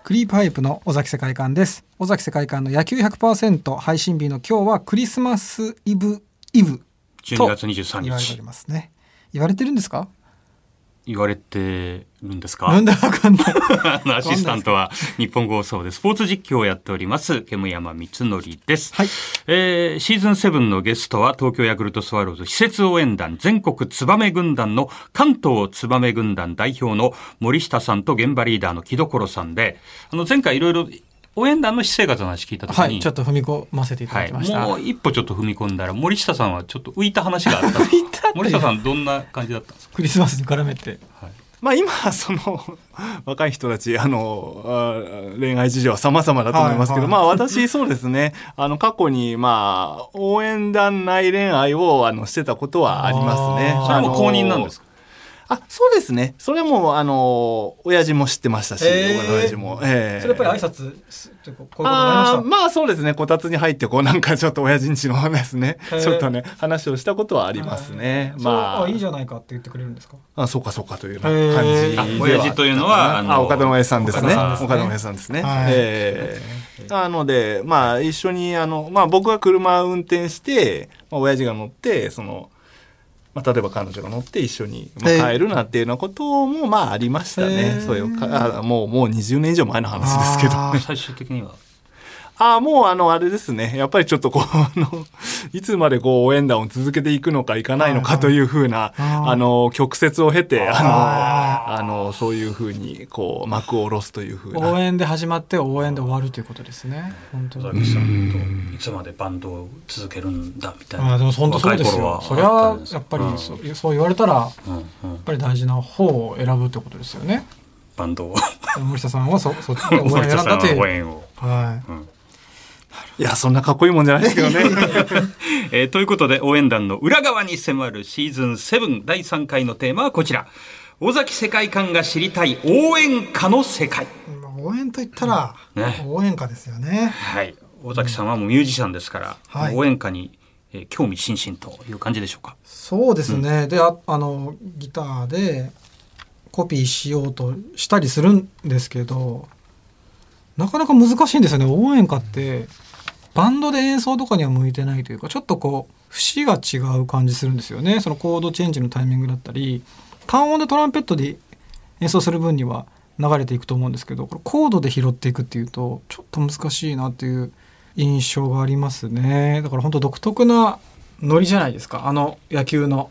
クリープハイプの尾崎世界観です。尾崎世界観の野球 100% 配信日の今日はクリスマスイブ12月23日言われておりますね。言われてるんですか？ 言われてるんですか？ なんでわかんないアシスタントは日本放送でスポーツ実況をやっております煙山光則です、 はい。 シーズン7のゲストは東京ヤクルトスワローズ施設応援団全国ツバメ軍団の関東ツバメ軍団代表の森下さんと現場リーダーの木所さんで、前回いろいろ応援団の私生活の話聞いたときに、 はい、ちょっと踏み込ませていただきました、 もう一歩ちょっと踏み込んだら森下さんはちょっと浮いた話があった森下さんどんな感じだったんですか？ クリスマスに絡めて、 はい、 今若い人たち恋愛事情は様々だと思いますけど、私そうですね過去に応援団内恋愛をしてたことはありますね。 それも公認なんですか？ そうですね。それも親父も知ってましたし、親父も、 それやっぱり挨拶ってこういうことになりました？ そうですね。こたつに入ってなんかちょっと親父んちのですね、ちょっとね話をしたことはありますね。 いいじゃないかって言ってくれるんですか？ そうかというような感じでは。 親父というのは岡田の親父さんですね。岡田の親父さんですね。 はい、 なので一緒に僕が車を運転して、親父が乗って例えば彼女が乗って一緒に帰るなっていうようなこともありましたね。そういうもう20年以上前の話ですけど、ね、 最終的にはもうあれですね。やっぱりちょっといつまで応援団を続けていくのかいかないのかというふうな曲折を経てそういうふうに幕を下ろすというふうな。 応援で始まって応援で終わるということですね。本当尾崎さんといつまでバンドを続けるんだみたいな。 でも本当そうですよ。それはやっぱりそう言われたらやっぱり大事な方を選ぶってことですよね。 バンドを森下さんはそっちで応援を選んだという応援を。 はい。 いやそんなかっこいいもんじゃないですけどね、 ということで応援団の裏側に迫るシーズン7第3回のテーマはこちら。尾崎世界観が知りたい応援歌の世界。 応援といったら、応援歌ですよね。 はい。尾崎さんはもうミュージシャンですから、応援歌に、興味津々という感じでしょうか？ そうですね、でギターでコピーしようとしたりするんですけどなかなか難しいんですよね。応援歌ってバンドで演奏とかには向いてないというかちょっと節が違う感じするんですよね。そのコードチェンジのタイミングだったり単音でトランペットで演奏する分には流れていくと思うんですけどこれコードで拾っていくっていうとちょっと難しいなっていう印象がありますね。だから本当独特なノリじゃないですか。野球の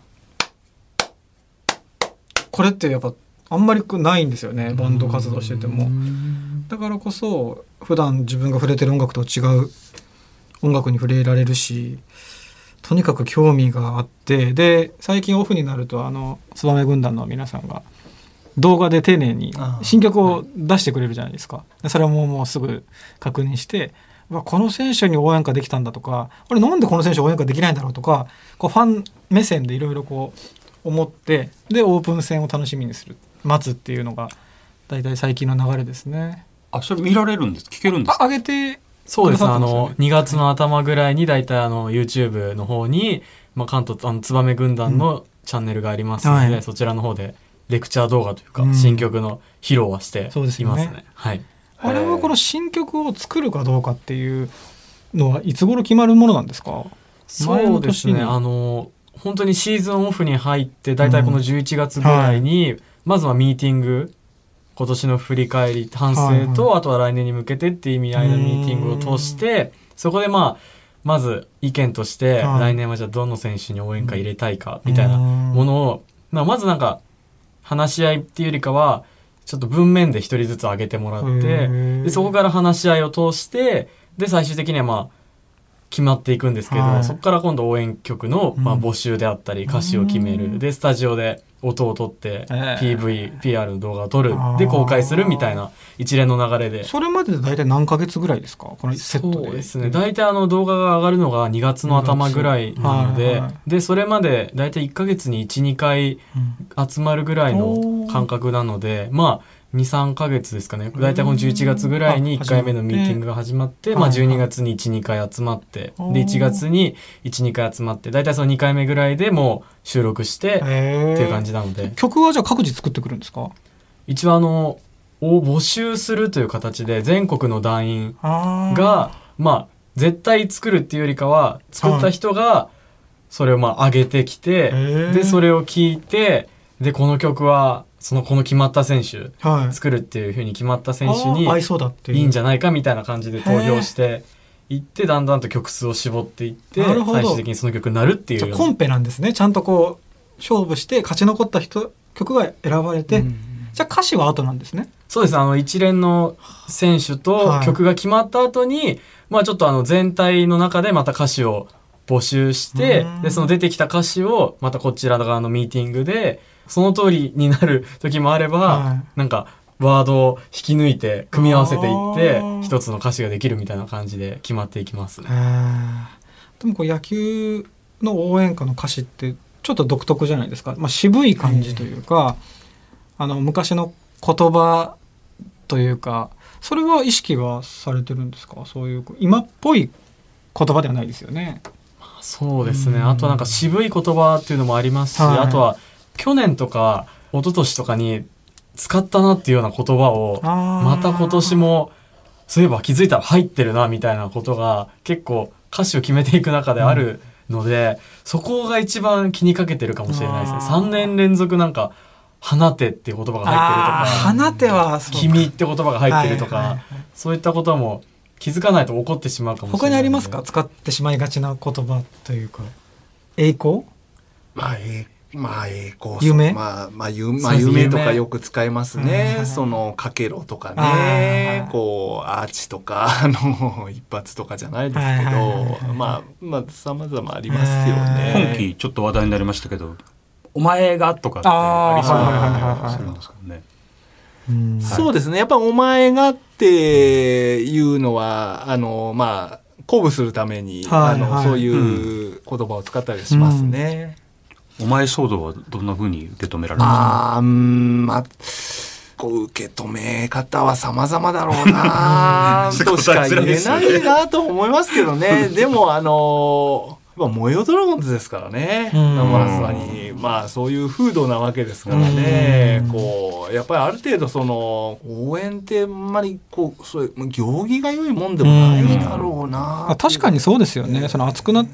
これってやっぱあんまりないんですよね。バンド活動しててもだからこそ普段自分が触れてる音楽と違う音楽に触れられるしとにかく興味があってで最近オフになるとツバメ軍団の皆さんが動画で丁寧に新曲を出してくれるじゃないですか。それももうすぐ確認してこの選手に応援歌できたんだとかなんでこの選手応援歌できないんだろうとかファン目線でいろいろ思ってでオープン戦を楽しみにする待つっていうのがだいたい最近の流れですね。 それ見られるんです聞けるんですか？ 上げてそうですね。2月の頭ぐらいにだいたいYouTube の方に、関東ツバメ軍団のチャンネルがありますので、そちらの方でレクチャー動画というか、新曲の披露はしていますね。はい。 あれはこの新曲を作るかどうかっていうのはいつ頃決まるものなんですか？ そうですね。本当にシーズンオフに入ってだいたいこの11月ぐらいに、まずはミーティング今年の振り返り反省と、あとは来年に向けてっていう意味合いのミーティングを通してそこでまず意見として、来年はじゃあどの選手に応援歌入れたいかみたいなものを、まずなんか話し合いっていうよりかはちょっと文面で一人ずつ上げてもらってでそこから話し合いを通してで最終的には決まっていくんですけど、そこから今度応援曲の募集であったり歌詞を決めるでスタジオで音を取って PV、PR の動画を撮るで公開するみたいな一連の流れで。 それまでで大体何ヶ月ぐらいですかこのセットで？ そうですね。大体動画が上がるのが2月の頭ぐらいなので、でそれまで大体1ヶ月に 1,2 回集まるぐらいの感覚なので、2、3ヶ月ですかね。だいたいこの11月ぐらいに1回目のミーティングが始まって、12月に 1,2 回集まって、で1月に 1,2 回集まって、だいたいその2回目ぐらいでもう収録してっていう感じなので。 曲はじゃあ各自作ってくるんですか？ 一応を募集するという形で全国の団員あーがまあ絶対作るっていうよりかは作った人がそれをまあ上げてきて、でそれを聞いて、でこの曲はこの決まった選手、 はい作るっていう風に決まった選手に合いそうだっていういいんじゃないかみたいな感じで投票していってだんだんと曲数を絞っていってなるほど最終的にその曲になるっていうようなじゃあコンペなんですね。ちゃんとこう勝負して勝ち残った曲が選ばれて、じゃあ歌詞は後なんですね。 そうです。一連の選手と曲が決まった後に、まあちょっと全体の中でまた歌詞を募集して、で、その出てきた歌詞をまたこちら側のミーティングで、その通りになる時もあれば、 はいなんかワードを引き抜いて組み合わせていって一つの歌詞ができるみたいな感じで決まっていきますね。 でもこう野球の応援歌の歌詞ってちょっと独特じゃないですか。まあ、渋い感じというか、昔の言葉というか、それは意識はされてるんですか？そういう今っぽい言葉ではないですよね。 そうですね。あとなんか渋い言葉っていうのもありますし、 はいあとは去年とか一昨年とかに使ったなっていうような言葉をまた今年もそういえば気づいたら入ってるなみたいなことが結構歌詞を決めていく中であるので、そこが一番気にかけてるかもしれないですね。3年連続なんか放てっていう言葉が入ってるとか、 放てはそうか君って言葉が入ってるとか、 はいはいはい、 そういったことも気づかないと怒ってしまうかもしれない。 他にありますか？使ってしまいがちな言葉というか、栄光？ 栄光、 夢？ 夢とかよく使いますね。かけろとかね、こうアーチとか一発とかじゃないですけど、まあ様々ありますよね。 今期ちょっと話題になりましたけど、お前がとかってありそうな感じがするんですけどね。 そうですね。やっぱお前がっていうのは鼓舞するために、そういう言葉を使ったりしますね。 お前騒動はどんな風に受け止められますか？ 受け止め方は様々だろうなとしか言えないなと思いますけどね。でも燃えよドラゴンズですからね。まさにそういう風土なわけですからね。やっぱりある程度応援ってあんまりそういう行儀が良いもんでもないだろうな。 確かにそうですよね。熱くなって、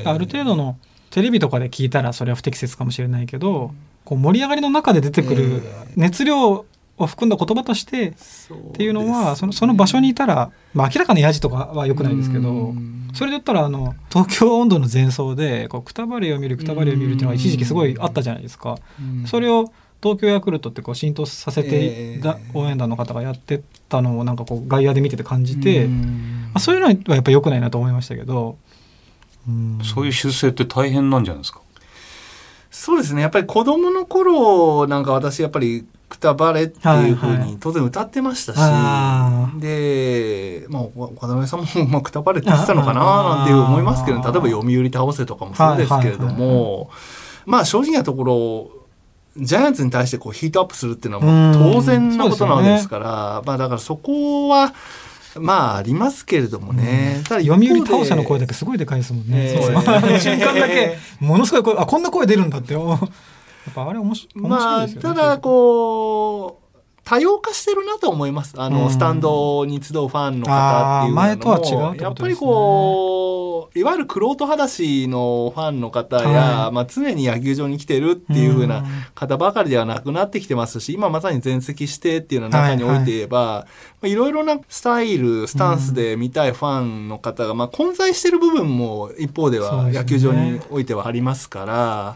ある程度のテレビとかで聞いたらそれは不適切かもしれないけど、盛り上がりの中で出てくる熱量を含んだ言葉としてっていうのは、その場所にいたら、明らかなヤジとかは良くないですけど、それで言ったら東京音頭の前奏でくたばれを見るっていうのが一時期すごいあったじゃないですか。それを東京ヤクルトって浸透させて応援団の方がやってたのをなんか外野で見てて感じて、そういうのはやっぱ良くないなと思いましたけど、 そういう修正って大変なんじゃないですか？ そうですね。やっぱり子供の頃なんか私やっぱりくたばれっていう風に当然歌ってましたし、で、岡田上さんもくたばれって言ってたのかななんて思いますけど、例えば読売倒せとかもそうですけれども、正直なところジャイアンツに対してヒートアップするっていうのはもう当然なことなわけですから、だからそこはありますけれどもね。 ただ読売倒せの声だけすごいでかいですもんね。瞬間だけものすごい声、こんな声出るんだってやっぱあれ面白いですよね。 ただ多様化してるなと思います。スタンドに集うファンの方っていうのも前とは違うってことですね。 やっぱりいわゆる玄人裸足のファンの方や、常に野球場に来てるっていう風な方ばかりではなくなってきてますし、今まさに全席してっていうの中において言えば、いろいろなスタイル、スタンスで見たいファンの方が、混在してる部分も一方では野球場においてはありますから、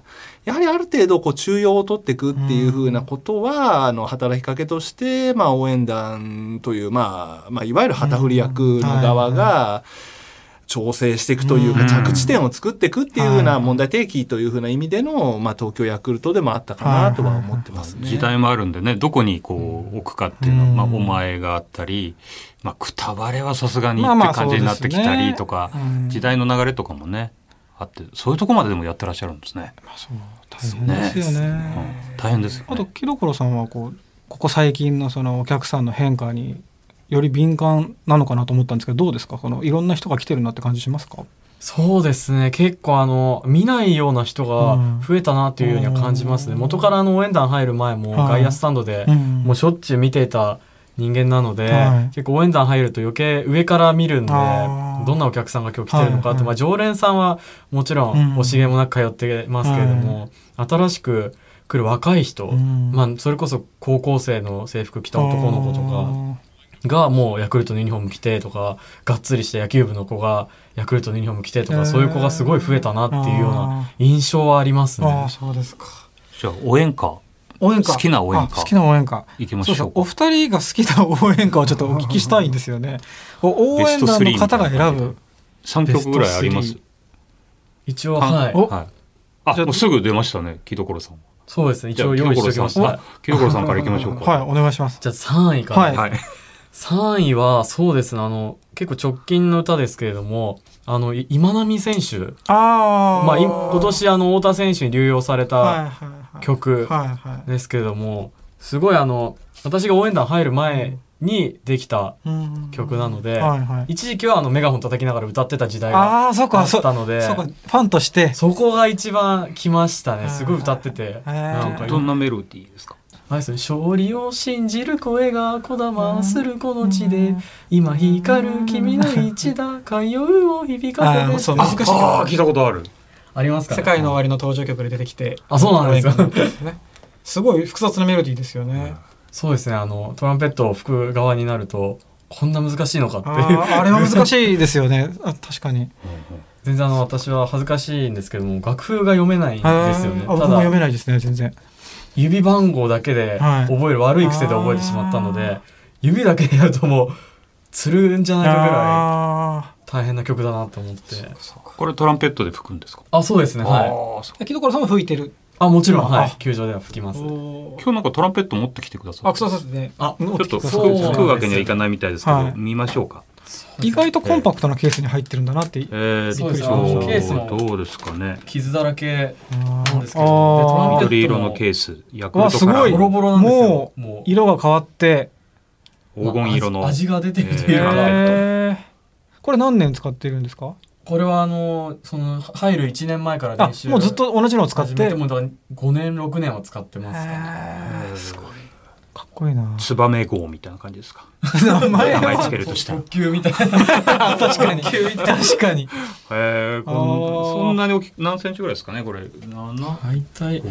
やはりある程度中庸を取っていくっていうふうなことは、働きかけとして、応援団という、いわゆる旗振り役の側が調整していくというか、着地点を作っていくっていうふうな問題提起というふうな意味での、東京ヤクルトでもあったかなとは思ってますね。 時代もあるんでね、どこに置くかっていうのは、お前があったり、くたばれはさすがにって感じになってきたりとか、時代の流れとかもね、あって、そういうとこまででもやってらっしゃるんですね。 大変ですよね。 大変ですよね。 あと木所さんはここ最近のお客さんの変化により敏感なのかなと思ったんですけど、どうですか、このいろんな人が来てるなって感じしますか？ そうですね。結構見ないような人が増えたなというようには感じますね。元から応援団入る前も外野スタンドでもうしょっちゅう見ていた人間なので、結構応援団入ると余計上から見るんで、どんなお客さんが今日来てるのかって、常連さんはもちろん惜しげもなく通ってますけれども、新しく来る若い人、それこそ高校生の制服着た男の子とかがもうヤクルトのユニフォーム着てとか、がっつりした野球部の子がヤクルトのユニフォーム着てとか、そういう子がすごい増えたなっていうような印象はありますね。 そうですか。 じゃあ応援歌好きな応援歌好きな応援歌行きましょうか。 お二人が好きな応援歌をちょっとお聞きしたいんですよね。応援団の方が選ぶ 3曲ぐらいあります。 一応はいもうすぐ出ましたね、木所さん。 そうですね、一応用意しておきました。 木所さんからいきましょうか。 はい、お願いします。 じゃあ3位から。3位はそうですね、結構直近の歌ですけれども、今波選手、今年太田選手に流用された曲ですけれども、すごい私が応援団入る前にできた曲なので、一時期はメガホン叩きながら歌ってた時代があったので、 ファンとしてそこが一番来ましたね。すごい歌ってて、 どんなメロディーですか？ 勝利を信じる声がこだまするこの地で、今光る君の一打通うを響かせて。 そう難しい曲。 聞いたことある。 ありますか？ 世界の終わりの登場曲で出てきて、 そうなんですよ。 すごい複雑なメロディーですよね。 そうですね。トランペットを吹く側になるとこんな難しいのかっていう。 あれは難しいですよね。確かに。 全然私は恥ずかしいんですけども、楽譜が読めないんですよね。 僕も読めないですね、全然。 指番号だけで覚える、悪い癖で覚えてしまったので、指だけでやるともうつるんじゃないかぐらい大変な曲だなと思って。 これトランペットで吹くんですか？ そうですね。はい。 木所さんも吹いてる？ もちろん、はい。球場では吹きます。 今日なんかトランペット持ってきてください。 そうですね。 ちょっと吹くわけにはいかないみたいですけど、見ましょうか。 意外とコンパクトなケースに入ってるんだなってびっくりしました。 ケースもどうですかね。 傷だらけなんですけど、 緑色のケース、ヤクルトからボロボロなんですよ。 もう色が変わって黄金色の味が出てるというか。 これ何年使っているんですか？ これはその入る1年前から練習もうずっと同じのを使ってもう5年6年は使ってますかね。 すごいかっこいいな。 ツバメ号みたいな感じですか？ 名前つけるとしたら特急みたいな。 確かに確かに。 そんなに何センチぐらいですかね、これ。 大体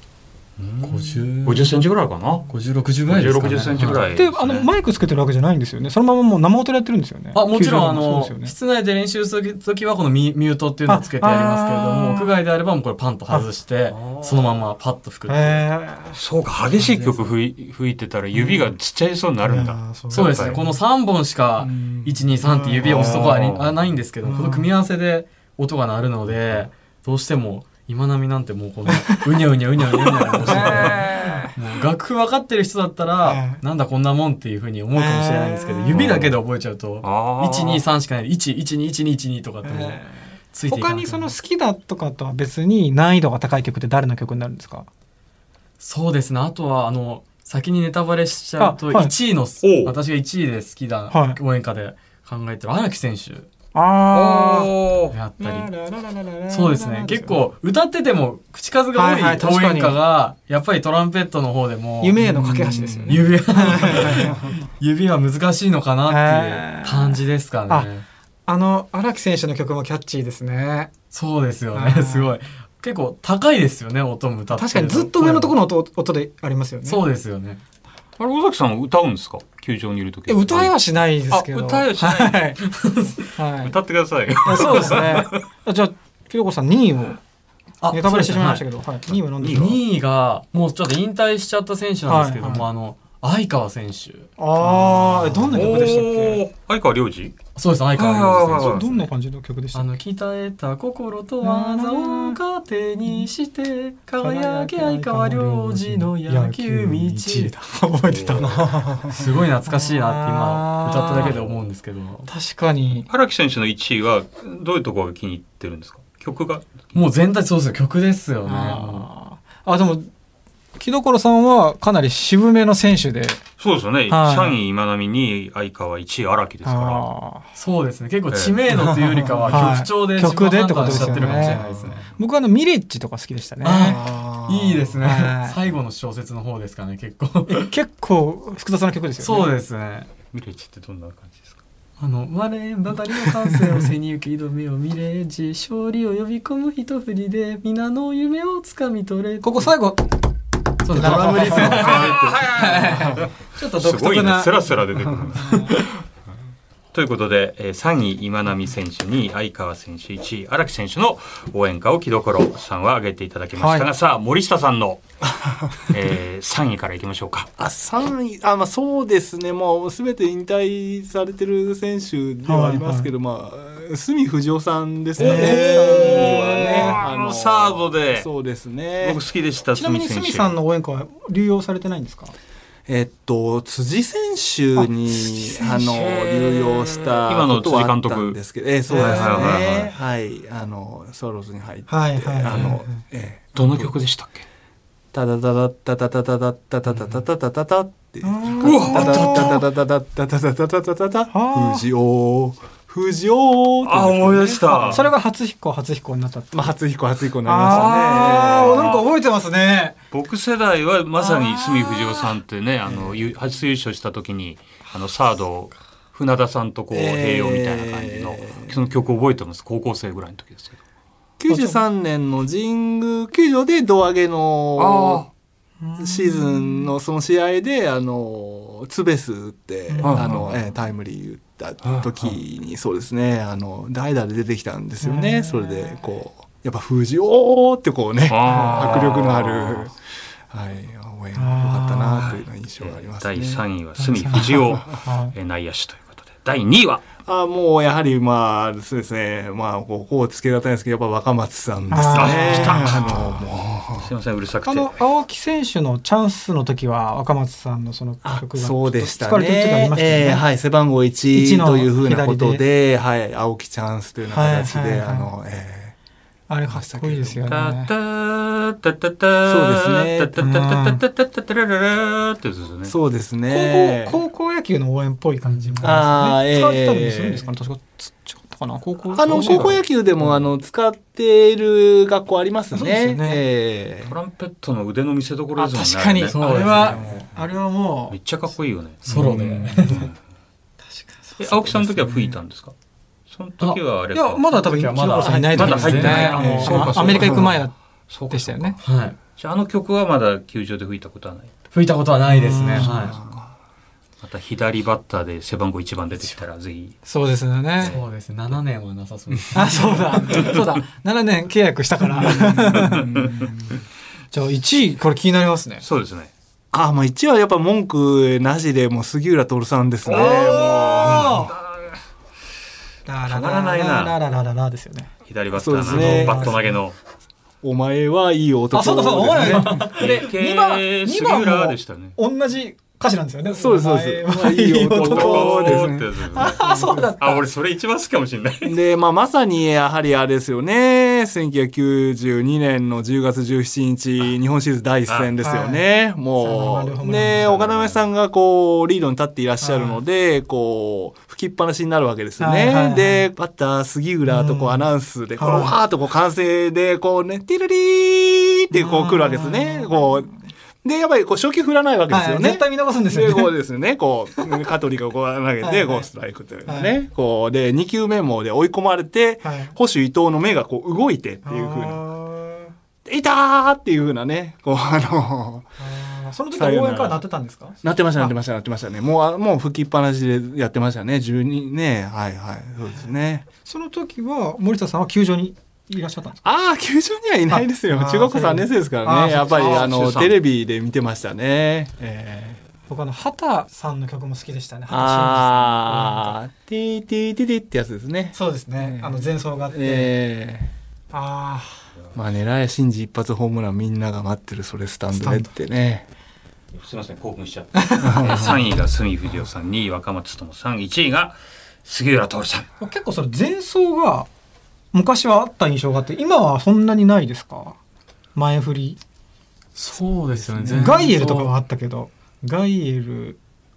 50センチぐらいかな。 50、60ぐらいですかね。 50、60センチぐらい。 で、マイクつけてるわけじゃないんですよね。そのままもう生音でやってるんですよね。 もちろん室内で練習するときはこのミュートっていうのをつけてやりますけれども、屋外であればもうこれパンと外してそのままパッと吹く。 そうか、激しい曲吹いてたら指がちっちゃいそうになるんだ。 そうですね。この3本しか123って指を押すとこはないんですけど、この組み合わせで音が鳴るので、どうしても今波なんてもうこのうにゃうにゃうにゃうにゃうにゃして楽譜分かってる人だったらなんだこんなもんっていうふうに思うかもしれないんですけど、指だけで覚えちゃうと123しかない、1121212とかってもうついていかない。 他にその好きだとかとは別に難易度が高い曲って誰の曲になるんですか？ そうですね。あとは先にネタバレしちゃうと1位の私が1位で好きな応援歌で考えてる荒木選手やったり、そうですね。結構歌ってても口数が多い応援歌がやっぱりトランペットの方でも夢への架け橋ですよね。 指は難しいのかなっていう感じですかね。 荒木選手の曲もキャッチーですね。 そうですよね。すごい結構高いですよね、音も歌ってる。 確かにずっと上のところの音でありますよね。 そうですよね。 尾崎さんも歌うんですか？球場にいるとき。 歌いはしないですけど。 歌いはしない。歌ってください。 そうですね。じゃあ木所さん2位をネタバレしてしまいましたけど、2位は何ですか？ 2位がもうちょっと引退しちゃった選手なんですけども、相川選手。 どんな曲でしたっけ？ 相川亮次？ そうです、相川亮次選手。 どんな感じの曲でしたっけ？ 鍛えた心と技を糧にして輝き相川亮次の野球道。 覚えてたな。 すごい懐かしいなって今歌っただけで思うんですけど。 確かに。 荒木選手の1位はどういうところが気に入ってるんですか？曲が？ もう全体そうですよ、曲ですよね。 でも木所さんはかなり渋めの選手でそうですよね。 はい 3位今波、2位相川、1位荒木ですから。 あーそうですね。結構知名度というよりかははい曲調で自曲己判でってことですよね断しちゃってるかもしれないですね。 僕はミレッジとか好きでしたね。 あいいですねはい。 最後の小説の方ですかね、結構。 結構複雑な曲ですよね。 そうですね。 ミレッジってどんな感じですか？ 我んばかりの感性を背に受け挑めよミレージ勝利を呼び込む一振りで皆の夢をつかみ取れ。 ここ最後、 そうドラムリズムが入ってちょっとすごいね。 独特な。 スラスラ出てくる。ということで、3位今波選手、2位相川選手、1位荒木選手の応援歌を木所さんは挙げていただきましたが、 はいさあ森下さんの、3位からいきましょうか。 3位、まあそうですね、もうすべて引退されてる選手ではありますけど、まあ、角不二夫さんですね。3位はね、 サードでそうですね。 僕好きでしたちなみに選手。 鷲見さんの応援歌は流用されてないんですか？ 辻選手に流用した今のことはあった辻監督んですけど、そうですね。はい、スワローズに入って、 はいはいはいどの曲でしたっけ？ タダダダッタタタタタタタタタタタタタってタうタタタタタタタタタタタタタタ藤尾藤尾あ、思い出した。 それが初飛行になったって。 まあ初飛行になりましたね。 なんか覚えてますね。 僕世代はまさに角不二夫さんってね、初優勝した時にサード船田さんとこう併用みたいな感じの、その曲覚えてます。高校生ぐらいの時ですけど。 93年の神宮球場で胴上げのシーズンのその試合でツベスってタイムリー打った時にそうですね代打で出てきたんですよね。それでこうやっぱ藤尾ってこうね迫力のある応援良かったなというような印象がありますね。 第3位は角不二夫内野手ということで、第2位はもうやはりまあそうですね、まあこうつけがたいんですけどやっぱ若松さんですね。 来たもうすいませんうるさくて。 青木選手のチャンスの時は若松さんのその曲がそうでした使われてる時ありましたよね。 はい、背番号1というふうなことで、はい、青木チャンスというような形で、 あれかっこいいですよね。 タタタタそうですねタタタタタタタタラララってやつですよね。 そうですね。 高校野球の応援っぽい感じもありますね。使われてたりするんですかね。確か違ったかな。高校野球でも使っている学校ありますね。 そうですよね。 トランペットの腕の見せ所ですもんね。 確かにねあれはもうめっちゃかっこいいよね。 ソロで。 青木さんの時は吹いたんですか？その時はあれか。 いやまだ多分まだいない時ですね。アメリカ行く前でしたよね。 はい。 じゃあ曲はまだ球場で吹いたことはない。 吹いたことはないですね。はい。 また左バッターで背番号1番出てきたらぜひ。 そうですよね。 そうですね。7年はなさそうです。 そうだ7年契約したからじゃあ1位これ気になりますね。 そうですね。 まあ1位はやっぱ文句なしでもう杉浦徹さんですね。もうたまらないな。 ラララララですよね。 左バッターのバット投げの。 お前はいい男。 そうお前で2番でしたね。 同じ歌詞なんですよね。 そうですそうです。いい男ですね。 そうだった。 俺それ一番好きかもしれない。 でまさにやはりあれですよね。1992年の10月17日日本シリーズ第一戦ですよね。もうね岡田さんがこうリードに立っていらっしゃるのでこう吹きっぱなしになるわけですよね。でバッター杉浦とこうアナウンスでこうわーっとこう歓声でこうねティルリーってこう来るわけですね。こうでやっぱりこう初球振らないわけですよね。 絶対見逃すんですよね。 でこうですねこう香取がこう投げてこうストライクというねこうで2球目もで追い込まれて捕手伊藤の目がこう動いてっていう風な「いたー!」っていう風なねこうその時は応援歌は鳴ってたんですか？ 鳴ってましたね。もう吹きっぱなしでやってましたね。12ねはいそうですね。 その時は森田さんは球場にいらっしゃったんですか？ 球場にはいないですよ。中学校3年生ですからね。やっぱりテレビで見てましたね。 僕畑さんの曲も好きでしたね。 ティーティーティティってやつですね。 そうですね。前奏があって。 まあねライア新次一発ホームランみんなが待ってるそれスタンドでってね。 すみません興奮しちゃった。3位が角不二夫さん、2位若松智さん、1位が杉浦徹さん。 結構それ前奏が昔はあった印象があって今はそんなにないですか？前振り。 そうですよね。 ガイエルとかはあったけどガイエル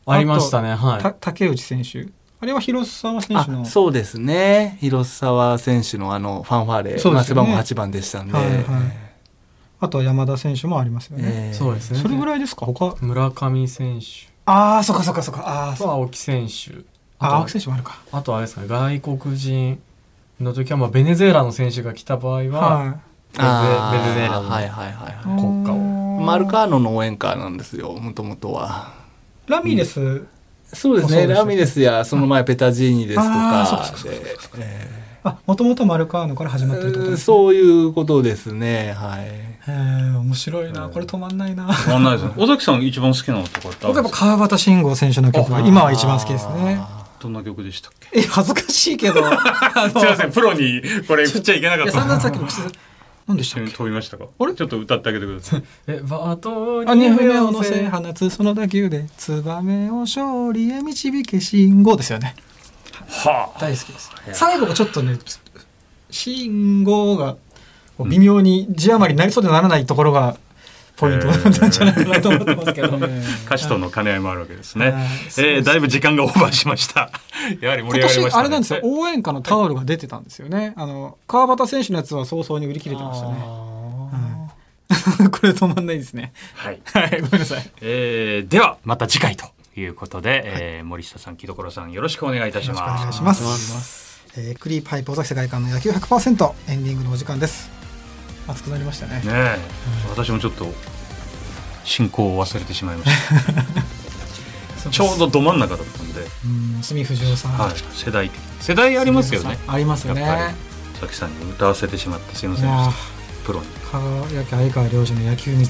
ありましたね。はい。 竹内選手。あれは広沢選手の。 そうですね。広沢選手のファンファーレ、 そうですよね、 背番号8番でしたんで。 はいはい、あとは山田選手もありますよね。 そうですね。 それぐらいですか？他村上選手。 ああ、そっかそっかそっか。あと青木選手。 青木選手もあるか。 あとあれですかね、外国人の時はベネズエラの選手が来た場合は、ベネズエラの国歌を。 マルカーノの応援歌なんですよ、もともとは。 ラミレス、 そうですね、ラミレスやその前ペタジーニですとかで、 もともとマルカーノから始まってるってことですね。 そういうことですね。はい。 面白いな、これ止まんないな。 止まんないですね。尾崎さん一番好きなのとかってあるんですか？ 僕やっぱ川端慎吾選手の曲が今は一番好きですね。 どんな曲でしたっけ？ 恥ずかしいけど。すいません、プロにこれ振っちゃいけなかった。 散々さっきの何でしたっけ？ 飛びましたか？あれちょっと歌ってあげてください。 バトに船を乗せ放つその打球でツバメを勝利へ導け信号ですよね。 はあ、 大好きです。最後がちょっとね、信号が微妙に字余りになりそうでならないところがポイントなんじゃないかなと思ってますけど、 歌詞との兼ね合いもあるわけですね。だいぶ時間がオーバーしました。やはり盛り上がりましたね。 今年あれなんですよ、応援歌のタオルが出てたんですよね。川端選手のやつは早々に売り切れてましたね。これ止まんないですね。 はい、 はい、ごめんなさい。 ではまた次回ということで、森下さん、木所さん、よろしくお願いいたします。 よろしくお願いします。クリーパイプ尾崎世界観の野球 100% エンディングのお時間です。熱くなりましたね。 私もちょっと進行を忘れてしまいましたちょうどど真ん中だったんで。 住藤夫さん、 はい、世代ありますよね。 ありますよね。 やっぱり尾崎さんに歌わせてしまってすいませんでした。プロに相川亮司の野球道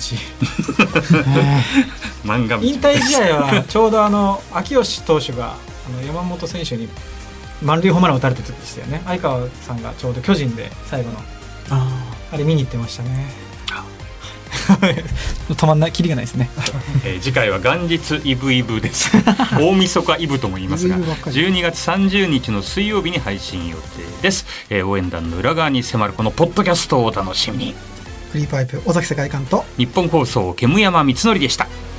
漫画道。 引退試合はちょうど秋吉投手が山本選手に満塁ホームラン打たれた時でしたよね。相川さんがちょうど巨人で最後のあれ見に行ってましたね。止まんない、キリがないですね。 次回は元日イブイブです大晦日イブとも言いますが12月30日の水曜日に配信予定です。応援団の裏側に迫るこのポッドキャストをお楽しみに。 フリーパイプ尾崎世界観と日本放送煙山光則でした。